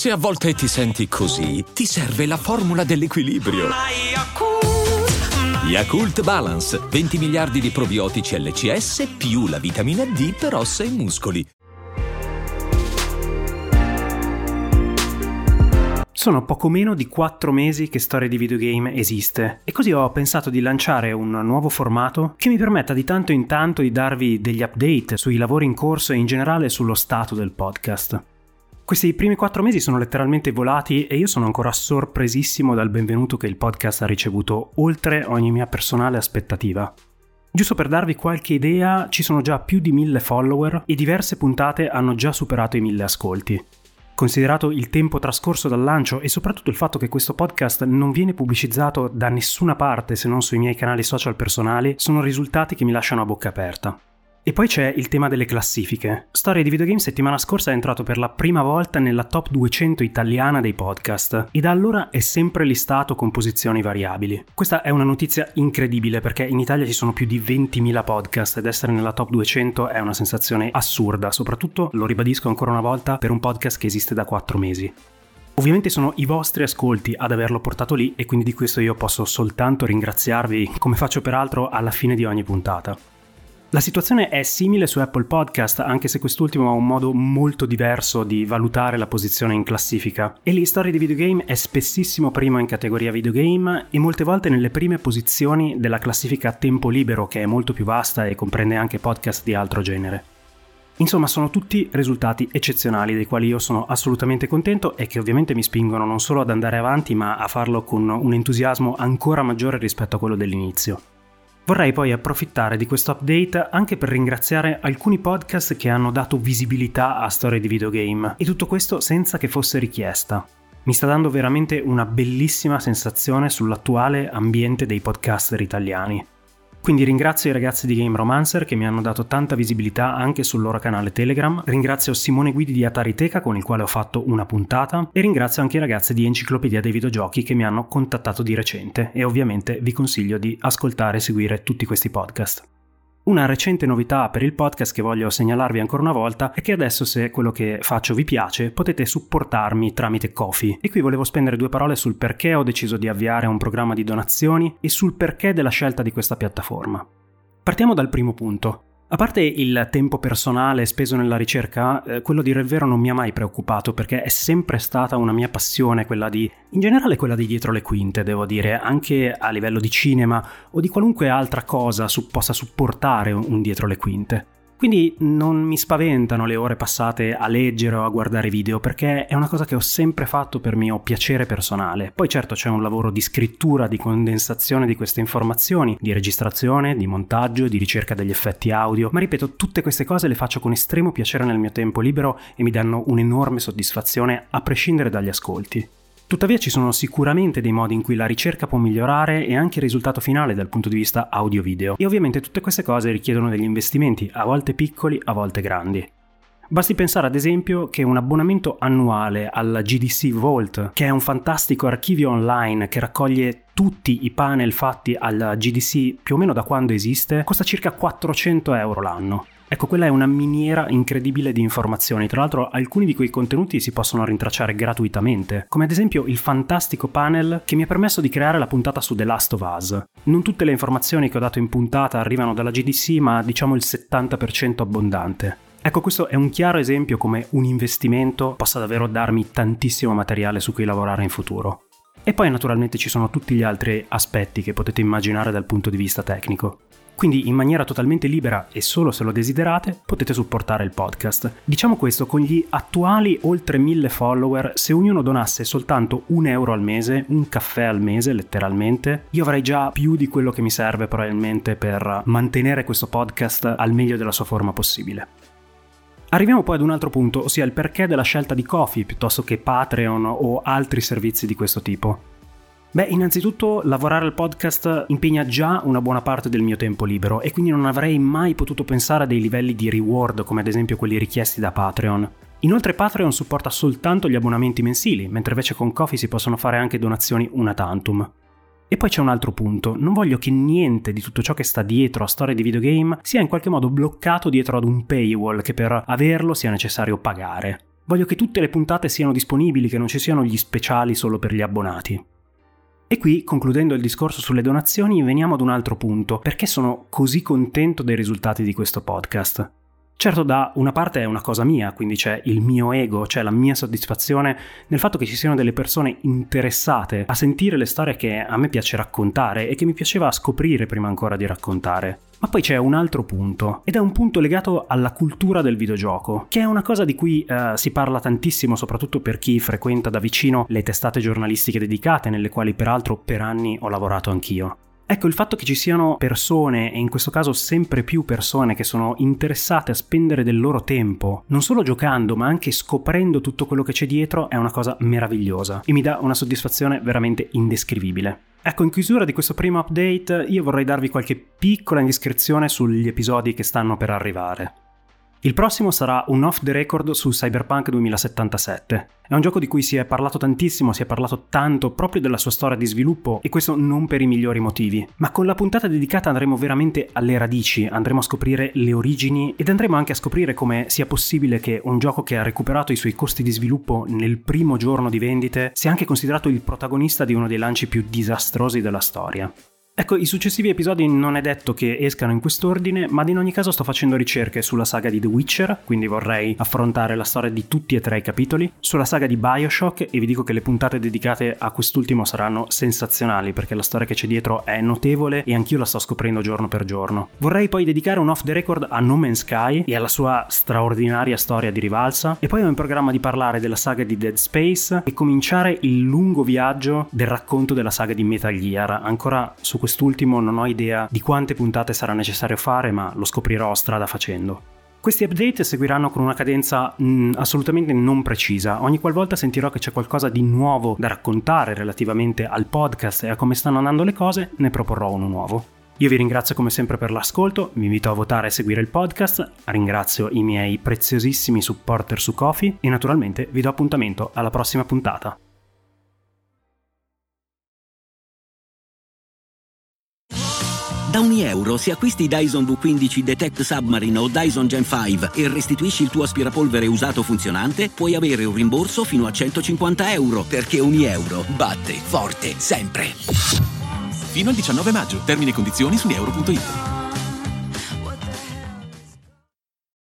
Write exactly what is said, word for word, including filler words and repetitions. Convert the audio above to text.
Se a volte ti senti così, ti serve la formula dell'equilibrio. Yakult Balance, venti miliardi di probiotici L C S più la vitamina D per ossa e muscoli. Sono poco meno di quattro mesi che Storie di Videogame esiste e così ho pensato di lanciare un nuovo formato che mi permetta di tanto in tanto di darvi degli update sui lavori in corso e in generale sullo stato del podcast. Questi primi quattro mesi sono letteralmente volati e io sono ancora sorpresissimo dal benvenuto che il podcast ha ricevuto oltre ogni mia personale aspettativa. Giusto per darvi qualche idea, ci sono già più di mille follower e diverse puntate hanno già superato i mille ascolti. Considerato il tempo trascorso dal lancio e soprattutto il fatto che questo podcast non viene pubblicizzato da nessuna parte se non sui miei canali social personali, sono risultati che mi lasciano a bocca aperta. E poi c'è il tema delle classifiche. Storie di Videogame settimana scorsa è entrato per la prima volta nella top duecento italiana dei podcast e da allora è sempre listato con posizioni variabili. Questa è una notizia incredibile perché in Italia ci sono più di ventimila podcast ed essere nella top duecento è una sensazione assurda, soprattutto, lo ribadisco ancora una volta, per un podcast che esiste da quattro mesi. Ovviamente sono i vostri ascolti ad averlo portato lì e quindi di questo io posso soltanto ringraziarvi, come faccio peraltro alla fine di ogni puntata. La situazione è simile su Apple Podcast, anche se quest'ultimo ha un modo molto diverso di valutare la posizione in classifica. E lì Storie di Videogame è spessissimo primo in categoria videogame e molte volte nelle prime posizioni della classifica Tempo Libero, che è molto più vasta e comprende anche podcast di altro genere. Insomma, sono tutti risultati eccezionali dei quali io sono assolutamente contento e che ovviamente mi spingono non solo ad andare avanti ma a farlo con un entusiasmo ancora maggiore rispetto a quello dell'inizio. Vorrei poi approfittare di questo update anche per ringraziare alcuni podcast che hanno dato visibilità a Storie di Videogame e tutto questo senza che fosse richiesta. Mi sta dando veramente una bellissima sensazione sull'attuale ambiente dei podcaster italiani. Quindi ringrazio i ragazzi di Game Romancer che mi hanno dato tanta visibilità anche sul loro canale Telegram, ringrazio Simone Guidi di Atariteca con il quale ho fatto una puntata e ringrazio anche i ragazzi di Enciclopedia dei Videogiochi che mi hanno contattato di recente e ovviamente vi consiglio di ascoltare e seguire tutti questi podcast. Una recente novità per il podcast che voglio segnalarvi ancora una volta è che adesso, se quello che faccio vi piace, potete supportarmi tramite Ko-fi. E qui volevo spendere due parole sul perché ho deciso di avviare un programma di donazioni e sul perché della scelta di questa piattaforma. Partiamo dal primo punto. A parte il tempo personale speso nella ricerca, eh, quello di dire il vero non mi ha mai preoccupato perché è sempre stata una mia passione, quella di, in generale quella di dietro le quinte, devo dire, anche a livello di cinema o di qualunque altra cosa su, possa supportare un, un dietro le quinte. Quindi non mi spaventano le ore passate a leggere o a guardare video perché è una cosa che ho sempre fatto per mio piacere personale. Poi certo c'è un lavoro di scrittura, di condensazione di queste informazioni, di registrazione, di montaggio, di ricerca degli effetti audio, ma ripeto, tutte queste cose le faccio con estremo piacere nel mio tempo libero e mi danno un'enorme soddisfazione a prescindere dagli ascolti. Tuttavia ci sono sicuramente dei modi in cui la ricerca può migliorare e anche il risultato finale dal punto di vista audio-video. E ovviamente tutte queste cose richiedono degli investimenti, a volte piccoli, a volte grandi. Basti pensare ad esempio che un abbonamento annuale alla G D C Vault, che è un fantastico archivio online che raccoglie tutti i panel fatti alla G D C più o meno da quando esiste, costa circa quattrocento euro l'anno. Ecco, quella è una miniera incredibile di informazioni. Tra l'altro alcuni di quei contenuti si possono rintracciare gratuitamente, come ad esempio il fantastico panel che mi ha permesso di creare la puntata su The Last of Us. Non tutte le informazioni che ho dato in puntata arrivano dalla G D C, ma diciamo il settanta per cento abbondante. Ecco, questo è un chiaro esempio come un investimento possa davvero darmi tantissimo materiale su cui lavorare in futuro. E poi naturalmente ci sono tutti gli altri aspetti che potete immaginare dal punto di vista tecnico. Quindi in maniera totalmente libera e solo se lo desiderate potete supportare il podcast. Diciamo questo, con gli attuali oltre mille follower, se ognuno donasse soltanto un euro al mese, un caffè al mese letteralmente, io avrei già più di quello che mi serve probabilmente per mantenere questo podcast al meglio della sua forma possibile. Arriviamo poi ad un altro punto, ossia il perché della scelta di Ko-fi piuttosto che Patreon o altri servizi di questo tipo. Beh, innanzitutto lavorare al podcast impegna già una buona parte del mio tempo libero e quindi non avrei mai potuto pensare a dei livelli di reward come ad esempio quelli richiesti da Patreon. Inoltre Patreon supporta soltanto gli abbonamenti mensili, mentre invece con Ko-fi si possono fare anche donazioni una tantum. E poi c'è un altro punto, non voglio che niente di tutto ciò che sta dietro a Storie di Videogame sia in qualche modo bloccato dietro ad un paywall che per averlo sia necessario pagare. Voglio che tutte le puntate siano disponibili, che non ci siano gli speciali solo per gli abbonati. E qui, concludendo il discorso sulle donazioni, veniamo ad un altro punto. Perché sono così contento dei risultati di questo podcast? Certo, da una parte è una cosa mia, quindi c'è il mio ego, c'è la mia soddisfazione nel fatto che ci siano delle persone interessate a sentire le storie che a me piace raccontare e che mi piaceva scoprire prima ancora di raccontare. Ma poi c'è un altro punto, ed è un punto legato alla cultura del videogioco, che è una cosa di cui eh, si parla tantissimo, soprattutto per chi frequenta da vicino le testate giornalistiche dedicate, nelle quali peraltro per anni ho lavorato anch'io. Ecco, il fatto che ci siano persone, e in questo caso sempre più persone, che sono interessate a spendere del loro tempo, non solo giocando, ma anche scoprendo tutto quello che c'è dietro, è una cosa meravigliosa e mi dà una soddisfazione veramente indescrivibile. Ecco, in chiusura di questo primo update, io vorrei darvi qualche piccola indiscrezione sugli episodi che stanno per arrivare. Il prossimo sarà un off the record su Cyberpunk duemilasettantasette. È un gioco di cui si è parlato tantissimo, si è parlato tanto proprio della sua storia di sviluppo, e questo non per i migliori motivi. Ma con la puntata dedicata andremo veramente alle radici, andremo a scoprire le origini ed andremo anche a scoprire come sia possibile che un gioco che ha recuperato i suoi costi di sviluppo nel primo giorno di vendite sia anche considerato il protagonista di uno dei lanci più disastrosi della storia. Ecco, i successivi episodi non è detto che escano in quest'ordine, ma in ogni caso sto facendo ricerche sulla saga di The Witcher, quindi vorrei affrontare la storia di tutti e tre i capitoli, sulla saga di BioShock, e vi dico che le puntate dedicate a quest'ultimo saranno sensazionali, perché la storia che c'è dietro è notevole e anch'io la sto scoprendo giorno per giorno. Vorrei poi dedicare un off the record a No Man's Sky e alla sua straordinaria storia di rivalsa, e poi ho in programma di parlare della saga di Dead Space e cominciare il lungo viaggio del racconto della saga di Metal Gear. Ancora su quest'ultimo non ho idea di quante puntate sarà necessario fare, ma lo scoprirò strada facendo. Questi update seguiranno con una cadenza mh, assolutamente non precisa. Ogni qualvolta sentirò che c'è qualcosa di nuovo da raccontare relativamente al podcast e a come stanno andando le cose, ne proporrò uno nuovo. Io vi ringrazio come sempre per l'ascolto, vi invito a votare e seguire il podcast, ringrazio i miei preziosissimi supporter su Ko-fi e naturalmente vi do appuntamento alla prossima puntata. Da ogni euro, se acquisti Dyson V quindici Detect Submarine o Dyson Gen cinque e restituisci il tuo aspirapolvere usato funzionante, puoi avere un rimborso fino a centocinquanta euro, perché ogni euro batte forte sempre. Fino al diciannove maggio. Termini e condizioni su euro punto it.